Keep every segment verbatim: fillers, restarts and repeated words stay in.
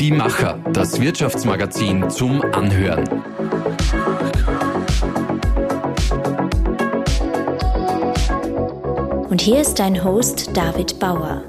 Die Macher, das Wirtschaftsmagazin zum Anhören. Und hier ist dein Host David Bauer.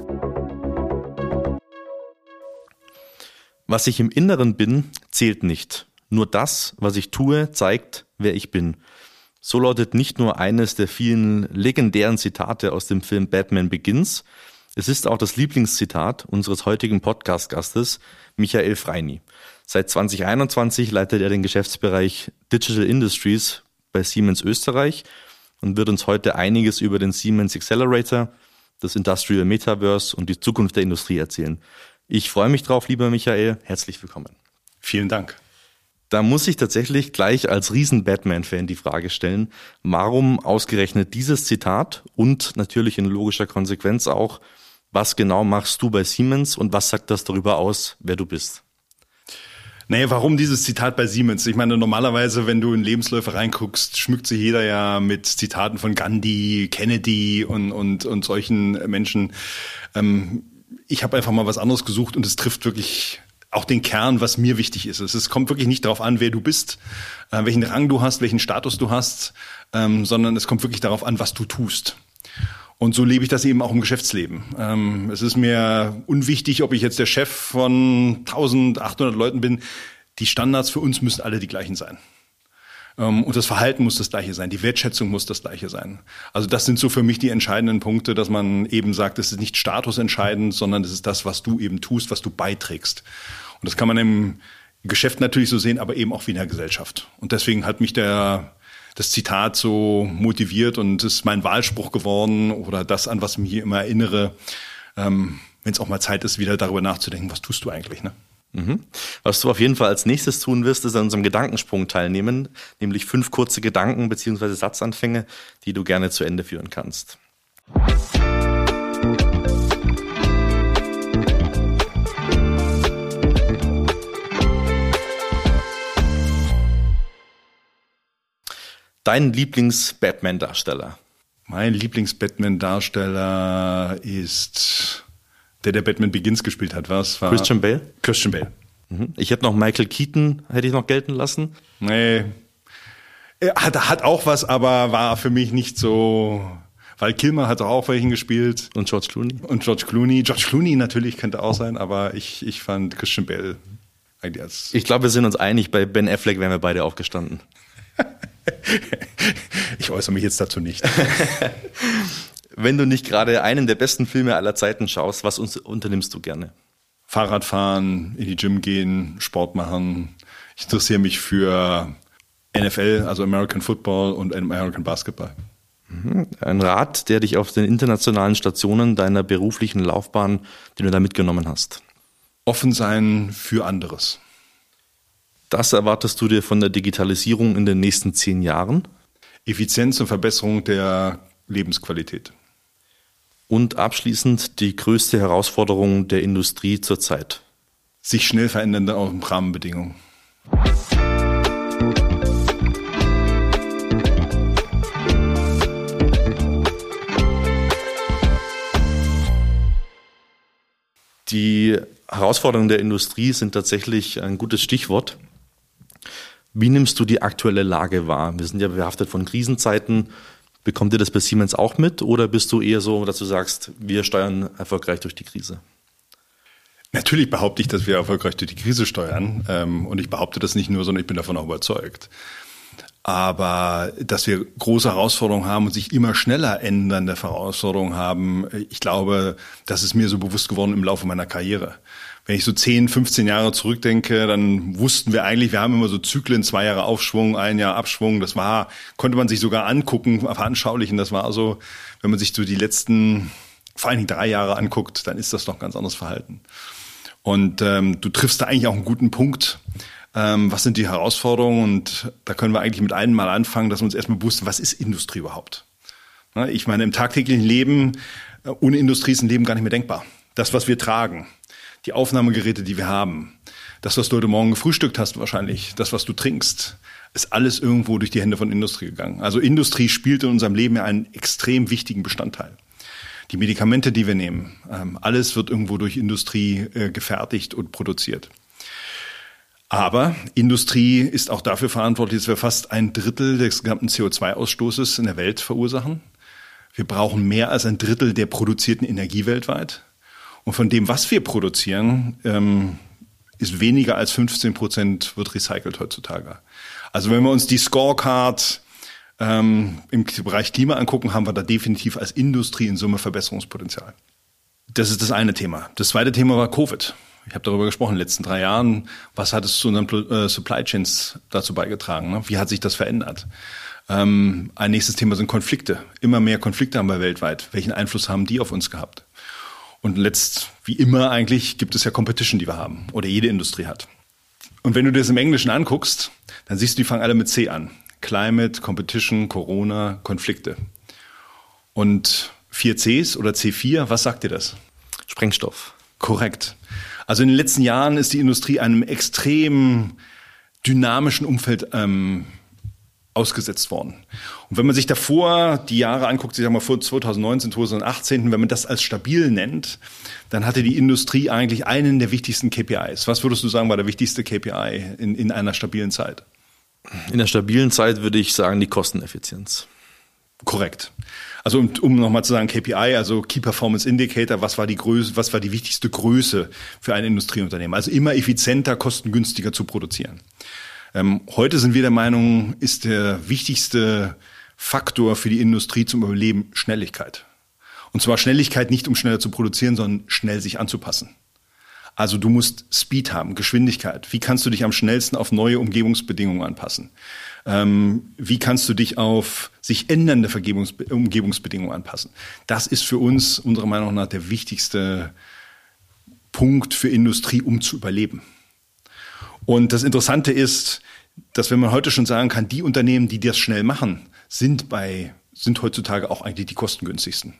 Was ich im Inneren bin, zählt nicht. Nur das, was ich tue, zeigt, wer ich bin. So lautet nicht nur eines der vielen legendären Zitate aus dem Film Batman Begins. Es ist auch das Lieblingszitat unseres heutigen Podcast-Gastes, Michael Freini. Seit zwanzig einundzwanzig leitet er den Geschäftsbereich Digital Industries bei Siemens Österreich und wird uns heute einiges über den Siemens Accelerator, das Industrial Metaverse und die Zukunft der Industrie erzählen. Ich freue mich drauf, lieber Michael. Herzlich willkommen. Vielen Dank. Da muss ich tatsächlich gleich als Riesen-Batman-Fan die Frage stellen, warum ausgerechnet dieses Zitat und natürlich in logischer Konsequenz auch, was genau machst du bei Siemens und was sagt das darüber aus, wer du bist? Naja, warum dieses Zitat bei Siemens? Ich meine, normalerweise, wenn du in Lebensläufe reinguckst, schmückt sich jeder ja mit Zitaten von Gandhi, Kennedy und, und, und solchen Menschen. Ähm, ich habe einfach mal was anderes gesucht und es trifft wirklich auch den Kern, was mir wichtig ist. Es kommt wirklich nicht darauf an, wer du bist, äh, welchen Rang du hast, welchen Status du hast, ähm, sondern es kommt wirklich darauf an, was du tust. Und so lebe ich das eben auch im Geschäftsleben. Ähm, es ist mir unwichtig, ob ich jetzt der Chef von eintausendachthundert Leuten bin. Die Standards für uns müssen alle die gleichen sein. Ähm, und das Verhalten muss das gleiche sein. Die Wertschätzung muss das gleiche sein. Also das sind so für mich die entscheidenden Punkte, dass man eben sagt, es ist nicht statusentscheidend, sondern es ist das, was du eben tust, was du beiträgst. Und das kann man im Geschäft natürlich so sehen, aber eben auch wie in der Gesellschaft. Und deswegen hat mich der das Zitat so motiviert und ist mein Wahlspruch geworden oder das, an was ich mich immer erinnere, ähm, wenn es auch mal Zeit ist, wieder darüber nachzudenken, was tust du eigentlich, ne? Mhm. Was du auf jeden Fall als nächstes tun wirst, ist an unserem Gedankensprung teilnehmen, nämlich fünf kurze Gedanken bzw. Satzanfänge, die du gerne zu Ende führen kannst. Dein Lieblings-Batman-Darsteller? Mein Lieblings-Batman-Darsteller ist der, der Batman Begins gespielt hat. Was war? Christian Bale? Christian Bale. Mhm. Ich hätte noch Michael Keaton, hätte ich noch gelten lassen. Nee. Er hat, hat auch was, aber war für mich nicht so. Weil Kilmer hat auch welchen gespielt. Und George Clooney? Und George Clooney. George Clooney natürlich könnte auch sein, aber ich, ich fand Christian Bale eigentlich als. Ich glaube, wir sind uns einig, bei Ben Affleck wären wir beide aufgestanden. Ich äußere mich jetzt dazu nicht. Wenn du nicht gerade einen der besten Filme aller Zeiten schaust, was unternimmst du gerne? Fahrradfahren, in die Gym gehen, Sport machen. Ich interessiere mich für N F L, also American Football und American Basketball. Ein Rat, der dich auf den internationalen Stationen deiner beruflichen Laufbahn, den du da mitgenommen hast? Offen sein für anderes. Das erwartest du dir von der Digitalisierung in den nächsten zehn Jahren? Effizienz und Verbesserung der Lebensqualität. Und abschließend die größte Herausforderung der Industrie zurzeit? Sich schnell verändernde Rahmenbedingungen. Die Herausforderungen der Industrie sind tatsächlich ein gutes Stichwort. Wie nimmst du die aktuelle Lage wahr? Wir sind ja behaftet von Krisenzeiten. Bekommt ihr das bei Siemens auch mit oder bist du eher so, dass du sagst, wir steuern erfolgreich durch die Krise? Natürlich behaupte ich, dass wir erfolgreich durch die Krise steuern. Und ich behaupte das nicht nur, sondern ich bin davon auch überzeugt. Aber dass wir große Herausforderungen haben und sich immer schneller ändernde Herausforderungen haben, ich glaube, das ist mir so bewusst geworden im Laufe meiner Karriere. Wenn ich so zehn, fünfzehn Jahre zurückdenke, dann wussten wir eigentlich, wir haben immer so Zyklen, zwei Jahre Aufschwung, ein Jahr Abschwung. Das war, konnte man sich sogar angucken, veranschaulichen. Das war so, wenn man sich so die letzten, vor allen Dingen drei Jahre anguckt, dann ist das doch ein ganz anderes Verhalten. Und ähm, du triffst da eigentlich auch einen guten Punkt. Ähm, was sind die Herausforderungen? Und da können wir eigentlich mit einem Mal anfangen, dass wir uns erstmal bewusst sind, was ist Industrie überhaupt? Ich meine, im tagtäglichen Leben, ohne Industrie ist ein Leben gar nicht mehr denkbar. Das, was wir tragen, die Aufnahmegeräte, die wir haben, das, was du heute Morgen gefrühstückt hast wahrscheinlich, das, was du trinkst, ist alles irgendwo durch die Hände von Industrie gegangen. Also Industrie spielt in unserem Leben ja einen extrem wichtigen Bestandteil. Die Medikamente, die wir nehmen, alles wird irgendwo durch Industrie gefertigt und produziert. Aber Industrie ist auch dafür verantwortlich, dass wir fast ein Drittel des gesamten C O zwei Ausstoßes in der Welt verursachen. Wir brauchen mehr als ein Drittel der produzierten Energie weltweit. Und von dem, was wir produzieren, ähm, ist weniger als fünfzehn Prozent wird recycelt heutzutage. Also wenn wir uns die Scorecard ähm, im Bereich Klima angucken, haben wir da definitiv als Industrie in Summe Verbesserungspotenzial. Das ist das eine Thema. Das zweite Thema war Covid. Ich habe darüber gesprochen in den letzten drei Jahren. Was hat es zu unseren äh, Supply Chains dazu beigetragen? Ne? Wie hat sich das verändert? Ähm, ein nächstes Thema sind Konflikte. Immer mehr Konflikte haben wir weltweit. Welchen Einfluss haben die auf uns gehabt? Und letzt, wie immer eigentlich, gibt es ja Competition, die wir haben oder jede Industrie hat. Und wenn du dir das im Englischen anguckst, dann siehst du, die fangen alle mit C an. Climate, Competition, Corona, Konflikte. Und vier Cs oder C vier, was sagt dir das? Sprengstoff. Korrekt. Also in den letzten Jahren ist die Industrie einem extrem dynamischen Umfeld ähm, ausgesetzt worden. Und wenn man sich davor die Jahre anguckt, ich sag mal vor zwanzig neunzehn, zwanzig achtzehn, wenn man das als stabil nennt, dann hatte die Industrie eigentlich einen der wichtigsten K P Is. Was würdest du sagen, war der wichtigste K P I in, in einer stabilen Zeit? In der stabilen Zeit würde ich sagen, die Kosteneffizienz. Korrekt. Also um, um nochmal zu sagen, K P I, also Key Performance Indicator, was war die Größe, was war die wichtigste Größe für ein Industrieunternehmen? Also immer effizienter, kostengünstiger zu produzieren. Ähm, heute sind wir der Meinung, ist der wichtigste Faktor für die Industrie zum Überleben Schnelligkeit. Und zwar Schnelligkeit nicht, um schneller zu produzieren, sondern schnell sich anzupassen. Also du musst Speed haben, Geschwindigkeit. Wie kannst du dich am schnellsten auf neue Umgebungsbedingungen anpassen? Ähm, wie kannst du dich auf sich ändernde Vergebungs- Umgebungsbedingungen anpassen? Das ist für uns, unserer Meinung nach, der wichtigste Punkt für Industrie, um zu überleben. Und das Interessante ist, dass wenn man heute schon sagen kann, die Unternehmen, die das schnell machen, sind bei, sind heutzutage auch eigentlich die kostengünstigsten.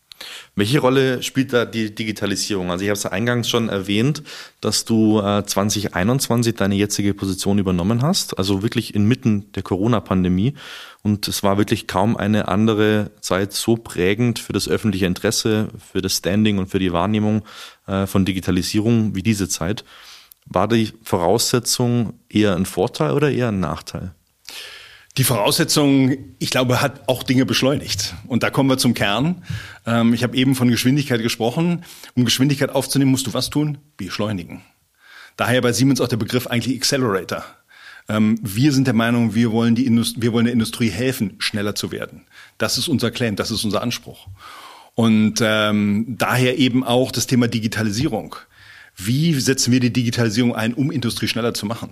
Welche Rolle spielt da die Digitalisierung? Also ich habe es ja eingangs schon erwähnt, dass du äh, zwanzig einundzwanzig deine jetzige Position übernommen hast, also wirklich inmitten der Corona-Pandemie. Und es war wirklich kaum eine andere Zeit so prägend für das öffentliche Interesse, für das Standing und für die Wahrnehmung äh, von Digitalisierung wie diese Zeit. War die Voraussetzung eher ein Vorteil oder eher ein Nachteil? Die Voraussetzung, ich glaube, hat auch Dinge beschleunigt. Und da kommen wir zum Kern. Ähm, ich habe eben von Geschwindigkeit gesprochen. Um Geschwindigkeit aufzunehmen, musst du was tun? Beschleunigen. Daher bei Siemens auch der Begriff eigentlich Accelerator. Ähm, wir sind der Meinung, wir wollen, die Indust- wir wollen der Industrie helfen, schneller zu werden. Das ist unser Claim, das ist unser Anspruch. Und ähm, daher eben auch das Thema Digitalisierung. Wie setzen wir die Digitalisierung ein, um Industrie schneller zu machen?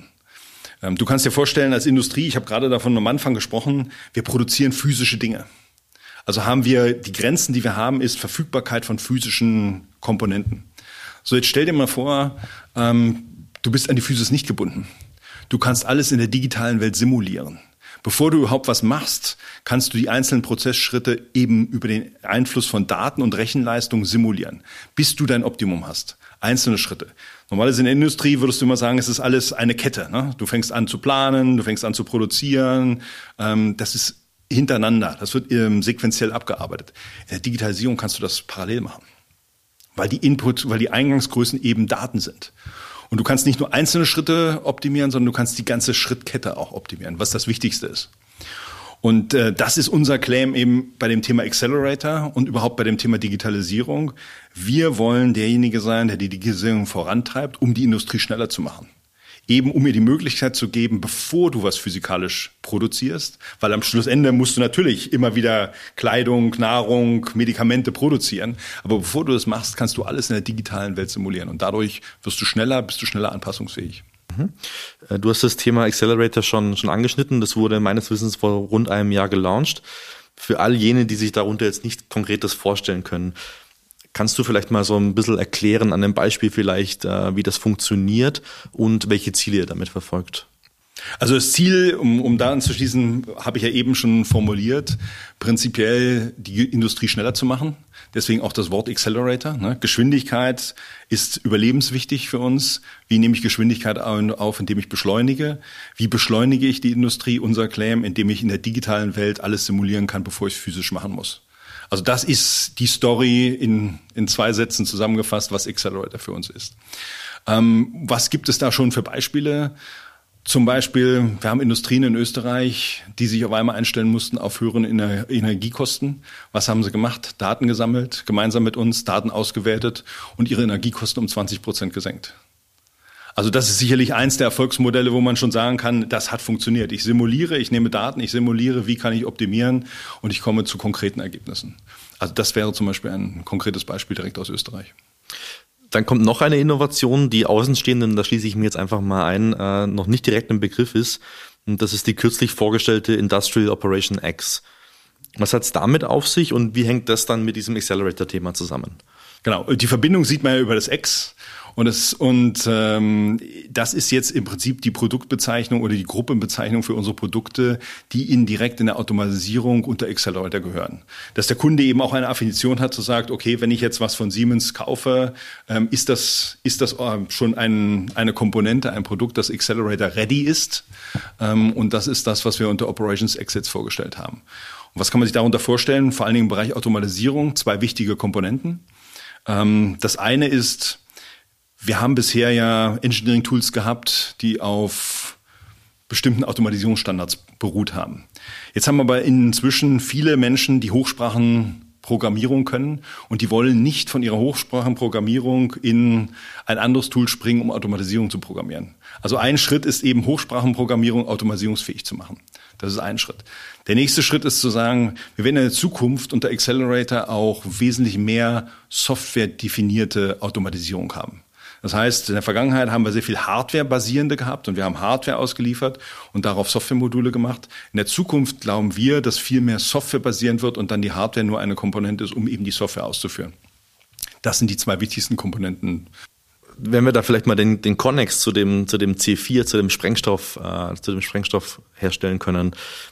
Du kannst dir vorstellen, als Industrie, ich habe gerade davon am Anfang gesprochen, wir produzieren physische Dinge. Also haben wir, die Grenzen, die wir haben, ist Verfügbarkeit von physischen Komponenten. So, jetzt stell dir mal vor, ähm, du bist an die Physis nicht gebunden. Du kannst alles in der digitalen Welt simulieren. Bevor du überhaupt was machst, kannst du die einzelnen Prozessschritte eben über den Einfluss von Daten und Rechenleistung simulieren, bis du dein Optimum hast. Einzelne Schritte. Normalerweise in der Industrie würdest du immer sagen, es ist alles eine Kette. Ne? Du fängst an zu planen, du fängst an zu produzieren. Ähm, das ist hintereinander. Das wird ähm, sequenziell abgearbeitet. In der Digitalisierung kannst du das parallel machen, weil die Input, weil die Eingangsgrößen eben Daten sind. Und du kannst nicht nur einzelne Schritte optimieren, sondern du kannst die ganze Schrittkette auch optimieren, was das Wichtigste ist. Und äh, das ist unser Claim eben bei dem Thema Accelerator und überhaupt bei dem Thema Digitalisierung. Wir wollen derjenige sein, der die Digitalisierung vorantreibt, um die Industrie schneller zu machen. Eben um ihr die Möglichkeit zu geben, bevor du was physikalisch produzierst, weil am Schlussende musst du natürlich immer wieder Kleidung, Nahrung, Medikamente produzieren. Aber bevor du das machst, kannst du alles in der digitalen Welt simulieren. Und dadurch wirst du schneller, bist du schneller anpassungsfähig. Du hast das Thema Accelerator schon, schon angeschnitten. Das wurde meines Wissens vor rund einem Jahr gelauncht. Für all jene, die sich darunter jetzt nicht Konkretes vorstellen können, kannst du vielleicht mal so ein bisschen erklären, an einem Beispiel vielleicht, wie das funktioniert und welche Ziele ihr damit verfolgt? Also das Ziel, um, um da anzuschließen, habe ich ja eben schon formuliert, prinzipiell die Industrie schneller zu machen. Deswegen auch das Wort Accelerator. Ne? Geschwindigkeit ist überlebenswichtig für uns. Wie nehme ich Geschwindigkeit auf, indem ich beschleunige? Wie beschleunige ich die Industrie? Unser Claim, indem ich in der digitalen Welt alles simulieren kann, bevor ich es physisch machen muss. Also das ist die Story in, in zwei Sätzen zusammengefasst, was Accelerator für uns ist. Ähm, was gibt es da schon für Beispiele? Zum Beispiel, wir haben Industrien in Österreich, die sich auf einmal einstellen mussten auf höheren Ener- Energiekosten. Was haben sie gemacht? Daten gesammelt, gemeinsam mit uns, Daten ausgewertet und ihre Energiekosten um zwanzig Prozent gesenkt. Also das ist sicherlich eins der Erfolgsmodelle, wo man schon sagen kann, das hat funktioniert. Ich simuliere, ich nehme Daten, ich simuliere, wie kann ich optimieren und ich komme zu konkreten Ergebnissen. Also das wäre zum Beispiel ein konkretes Beispiel direkt aus Österreich. Dann kommt noch eine Innovation, die Außenstehenden, da schließe ich mir jetzt einfach mal ein, äh, noch nicht direkt im Begriff ist. Und das ist die kürzlich vorgestellte Industrial Operation X. Was hat es damit auf sich und wie hängt das dann mit diesem Accelerator-Thema zusammen? Genau, die Verbindung sieht man ja über das X. Und, es, und ähm, das ist jetzt im Prinzip die Produktbezeichnung oder die Gruppenbezeichnung für unsere Produkte, die in direkt in der Automatisierung unter Accelerator gehören. Dass der Kunde eben auch eine Affinition hat, zu sagen, okay, wenn ich jetzt was von Siemens kaufe, ähm, ist das, ist das schon ein, eine Komponente, ein Produkt, das Accelerator ready ist. Ähm, und das ist das, was wir unter Operations X jetzt vorgestellt haben. Und was kann man sich darunter vorstellen? Vor allen Dingen im Bereich Automatisierung zwei wichtige Komponenten. Ähm, das eine ist, wir haben bisher ja Engineering-Tools gehabt, die auf bestimmten Automatisierungsstandards beruht haben. Jetzt haben aber inzwischen viele Menschen, die Hochsprachenprogrammierung können und die wollen nicht von ihrer Hochsprachenprogrammierung in ein anderes Tool springen, um Automatisierung zu programmieren. Also ein Schritt ist eben Hochsprachenprogrammierung automatisierungsfähig zu machen. Das ist ein Schritt. Der nächste Schritt ist zu sagen, wir werden in der Zukunft unter Accelerator auch wesentlich mehr software-definierte Automatisierung haben. Das heißt, in der Vergangenheit haben wir sehr viel Hardware-basierende gehabt und wir haben Hardware ausgeliefert und darauf Softwaremodule gemacht. In der Zukunft glauben wir, dass viel mehr Software basierend wird und dann die Hardware nur eine Komponente ist, um eben die Software auszuführen. Das sind die zwei wichtigsten Komponenten. Wenn wir da vielleicht mal den, den Konnex zu dem, zu dem C vier, zu dem Sprengstoff, äh, zu dem Sprengstoff herstellen können.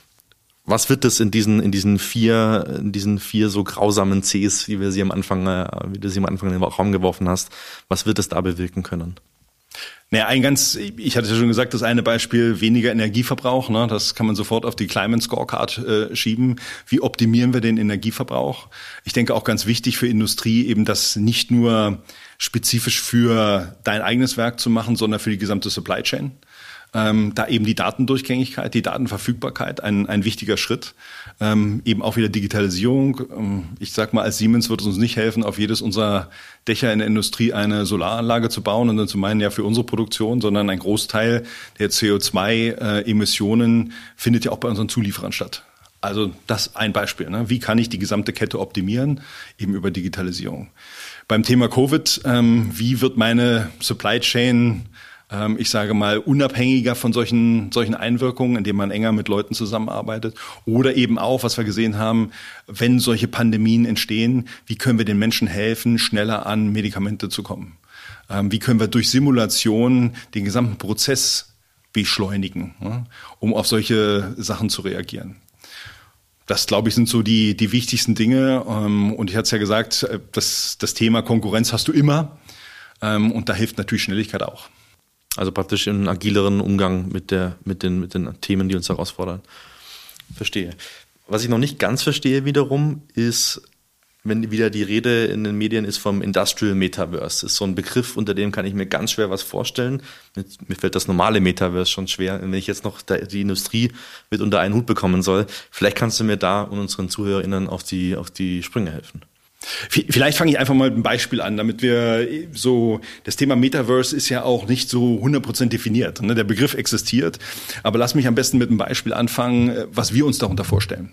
Was wird das in diesen, in diesen vier, in diesen vier so grausamen Cs, wie wir sie am Anfang, äh, wie du sie am Anfang in den Raum geworfen hast? Was wird es da bewirken können? Naja, ein ganz, ich hatte ja schon gesagt, das eine Beispiel, weniger Energieverbrauch, ne, das kann man sofort auf die Climate Scorecard äh, schieben. Wie optimieren wir den Energieverbrauch? Ich denke auch ganz wichtig für Industrie, eben das nicht nur spezifisch für dein eigenes Werk zu machen, sondern für die gesamte Supply Chain. Ähm, da eben die Datendurchgängigkeit, die Datenverfügbarkeit ein, ein wichtiger Schritt. Ähm, eben auch wieder Digitalisierung. Ähm, ich sag mal, als Siemens wird es uns nicht helfen, auf jedes unserer Dächer in der Industrie eine Solaranlage zu bauen und dann zu meinen, ja, für unsere Produktion, sondern ein Großteil der C O zwei Emissionen findet ja auch bei unseren Zulieferern statt. Also das ein Beispiel. Ne? Wie kann ich die gesamte Kette optimieren? Eben über Digitalisierung. Beim Thema Covid, ähm, wie wird meine Supply Chain, ähm, ich sage mal, unabhängiger von solchen, solchen Einwirkungen, indem man enger mit Leuten zusammenarbeitet? Oder eben auch, was wir gesehen haben, wenn solche Pandemien entstehen, wie können wir den Menschen helfen, schneller an Medikamente zu kommen? Ähm, wie können wir durch Simulation den gesamten Prozess beschleunigen, ne, um auf solche Sachen zu reagieren? Das, glaube ich, sind so die, die wichtigsten Dinge. Und ich hatte es ja gesagt, das, das Thema Konkurrenz hast du immer. Und da hilft natürlich Schnelligkeit auch. Also praktisch einen agileren Umgang mit der, mit den, mit den Themen, die uns herausfordern. Verstehe. Was ich noch nicht ganz verstehe wiederum, ist, wenn wieder die Rede in den Medien ist vom Industrial Metaverse. Das ist so ein Begriff, unter dem kann ich mir ganz schwer was vorstellen. Mir fällt das normale Metaverse schon schwer. Wenn ich jetzt noch die Industrie mit unter einen Hut bekommen soll, vielleicht kannst du mir da und unseren ZuhörerInnen auf die, auf die Sprünge helfen. Vielleicht fange ich einfach mal mit einem Beispiel an, damit wir so, das Thema Metaverse ist ja auch nicht so hundert Prozent definiert. Ne? Der Begriff existiert, aber lass mich am besten mit einem Beispiel anfangen, was wir uns darunter vorstellen.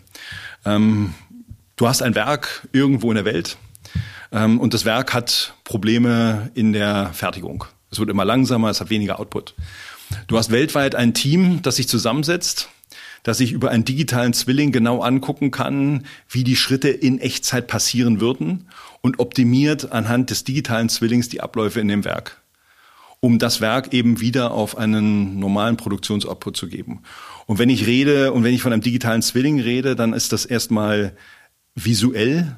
Ähm, Du hast ein Werk irgendwo in der Welt ähm, und das Werk hat Probleme in der Fertigung. Es wird immer langsamer, es hat weniger Output. Du hast weltweit ein Team, das sich zusammensetzt, das sich über einen digitalen Zwilling genau angucken kann, wie die Schritte in Echtzeit passieren würden und optimiert anhand des digitalen Zwillings die Abläufe in dem Werk, um das Werk eben wieder auf einen normalen Produktionsoutput zu geben. Und wenn ich rede und wenn ich von einem digitalen Zwilling rede, dann ist das erstmal visuell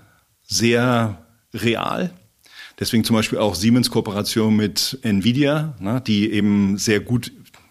sehr real. Deswegen zum Beispiel auch Siemens Kooperation mit Nvidia, ne, die eben sehr gut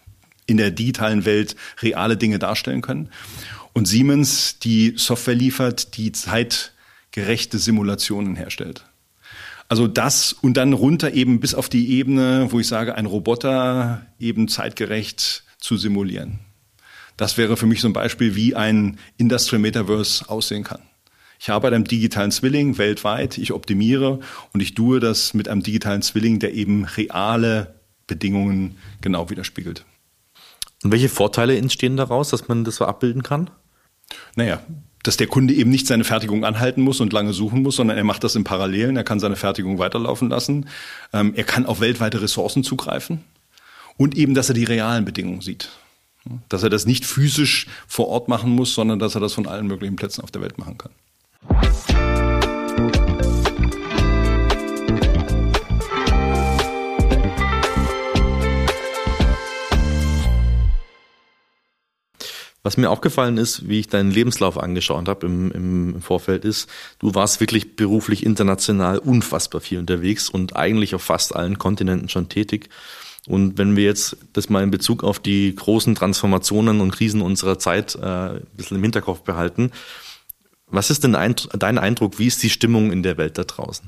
in der digitalen Welt reale Dinge darstellen können. Und Siemens, die Software liefert, die zeitgerechte Simulationen herstellt. Also das und dann runter eben bis auf die Ebene, wo ich sage, ein Roboter eben zeitgerecht zu simulieren. Das wäre für mich so ein Beispiel, wie ein Industrial Metaverse aussehen kann. Ich arbeite am digitalen Zwilling weltweit, ich optimiere und ich tue das mit einem digitalen Zwilling, der eben reale Bedingungen genau widerspiegelt. Und welche Vorteile entstehen daraus, dass man das so abbilden kann? Naja, dass der Kunde eben nicht seine Fertigung anhalten muss und lange suchen muss, sondern er macht das im Parallelen, er kann seine Fertigung weiterlaufen lassen, ähm, er kann auf weltweite Ressourcen zugreifen und eben, dass er die realen Bedingungen sieht. Dass er das nicht physisch vor Ort machen muss, sondern dass er das von allen möglichen Plätzen auf der Welt machen kann. Was mir aufgefallen ist, wie ich deinen Lebenslauf angeschaut habe im, im Vorfeld, ist, du warst wirklich beruflich international unfassbar viel unterwegs und eigentlich auf fast allen Kontinenten schon tätig. Und wenn wir jetzt das mal in Bezug auf die großen Transformationen und Krisen unserer Zeit äh, ein bisschen im Hinterkopf behalten, was ist denn ein, dein Eindruck, wie ist die Stimmung in der Welt da draußen?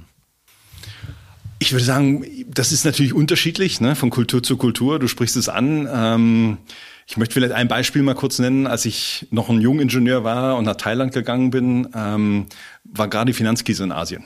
Ich würde sagen, das ist natürlich unterschiedlich, ne, von Kultur zu Kultur. Du sprichst es an. Ähm, ich möchte vielleicht ein Beispiel mal kurz nennen. Als ich noch ein Jungingenieur war und nach Thailand gegangen bin, ähm, war gerade die Finanzkrise in Asien.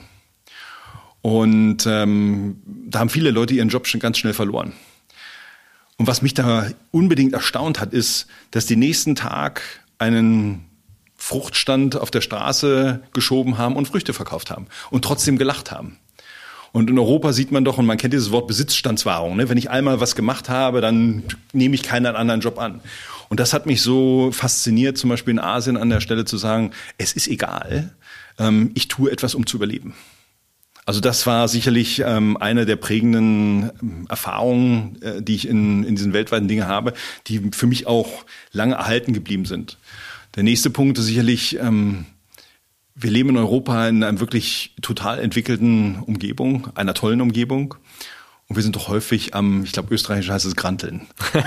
Und ähm, da haben viele Leute ihren Job schon ganz schnell verloren. Und was mich da unbedingt erstaunt hat, ist, dass die nächsten Tag einen Fruchtstand auf der Straße geschoben haben und Früchte verkauft haben und trotzdem gelacht haben. Und in Europa sieht man doch, und man kennt dieses Wort Besitzstandswahrung, ne? Wenn ich einmal was gemacht habe, dann nehme ich keinen anderen Job an. Und das hat mich so fasziniert, zum Beispiel in Asien an der Stelle zu sagen, es ist egal, ähm, ich tue etwas, um zu überleben. Also das war sicherlich ähm, eine der prägenden ähm, Erfahrungen, äh, die ich in, in diesen weltweiten Dingen habe, die für mich auch lange erhalten geblieben sind. Der nächste Punkt ist sicherlich, ähm, wir leben in Europa in einer wirklich total entwickelten Umgebung, einer tollen Umgebung. Und wir sind doch häufig am, ich glaube, österreichisch heißt es Granteln.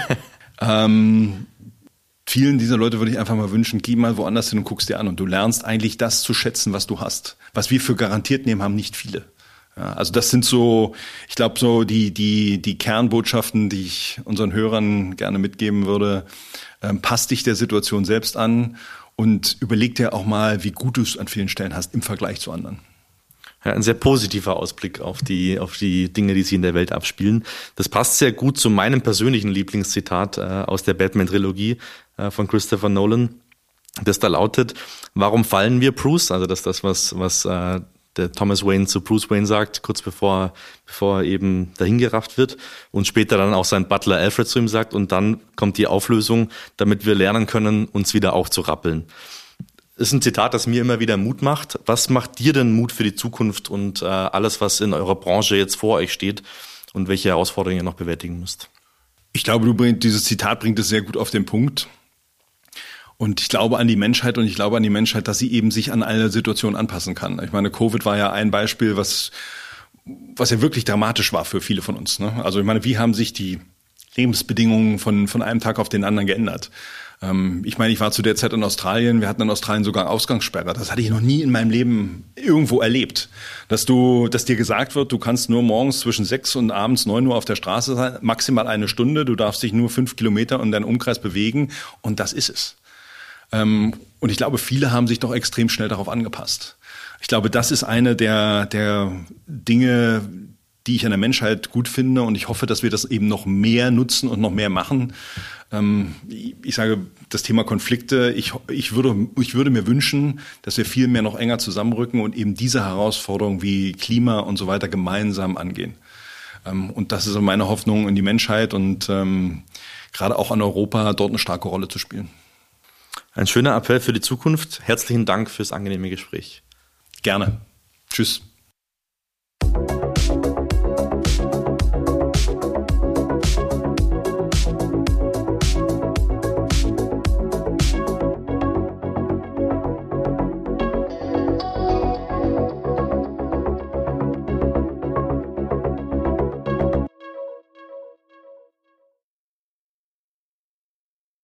ähm, vielen dieser Leute würde ich einfach mal wünschen, geh mal woanders hin und guckst dir an. Und du lernst eigentlich das zu schätzen, was du hast. Was wir für garantiert nehmen, haben nicht viele. Ja, also das sind so, ich glaube, so die, die, die Kernbotschaften, die ich unseren Hörern gerne mitgeben würde. Ähm, passt dich der Situation selbst an und überleg dir auch mal, wie gut du es an vielen Stellen hast im Vergleich zu anderen. Ja, ein sehr positiver Ausblick auf die, auf die Dinge, die sich in der Welt abspielen. Das passt sehr gut zu meinem persönlichen Lieblingszitat äh, aus der Batman-Trilogie äh, von Christopher Nolan, das da lautet: Warum fallen wir, Bruce? Also das ist das, was, was äh, der Thomas Wayne zu Bruce Wayne sagt, kurz bevor, bevor er eben dahingerafft wird und später dann auch sein Butler Alfred zu ihm sagt, und dann kommt die Auflösung, damit wir lernen können, uns wieder aufzurappeln. Das ist ein Zitat, das mir immer wieder Mut macht. Was macht dir denn Mut für die Zukunft und äh, alles, was in eurer Branche jetzt vor euch steht und welche Herausforderungen ihr noch bewältigen müsst? Ich glaube, du bringst, dieses Zitat bringt es sehr gut auf den Punkt. Und ich glaube an die Menschheit und ich glaube an die Menschheit, dass sie eben sich an alle Situationen anpassen kann. Ich meine, Covid war ja ein Beispiel, was, was ja wirklich dramatisch war für viele von uns, ne? Also ich meine, wie haben sich die Lebensbedingungen von, von einem Tag auf den anderen geändert? Ähm, ich meine, ich war zu der Zeit in Australien, wir hatten in Australien sogar Ausgangssperre. Das hatte ich noch nie in meinem Leben irgendwo erlebt. Dass du, dass dir gesagt wird, du kannst nur morgens zwischen sechs und abends neun Uhr auf der Straße sein, maximal eine Stunde, du darfst dich nur fünf Kilometer in deinem Umkreis bewegen und das ist es. Und ich glaube, viele haben sich doch extrem schnell darauf angepasst. Ich glaube, das ist eine der, der Dinge, die ich an der Menschheit gut finde. Und ich hoffe, dass wir das eben noch mehr nutzen und noch mehr machen. Ich sage, das Thema Konflikte, ich, ich, würde, ich würde mir wünschen, dass wir viel mehr noch enger zusammenrücken und eben diese Herausforderungen wie Klima und so weiter gemeinsam angehen. Und das ist meine Hoffnung in die Menschheit und gerade auch an Europa, dort eine starke Rolle zu spielen. Ein schöner Appell für die Zukunft. Herzlichen Dank fürs angenehme Gespräch. Gerne. Tschüss.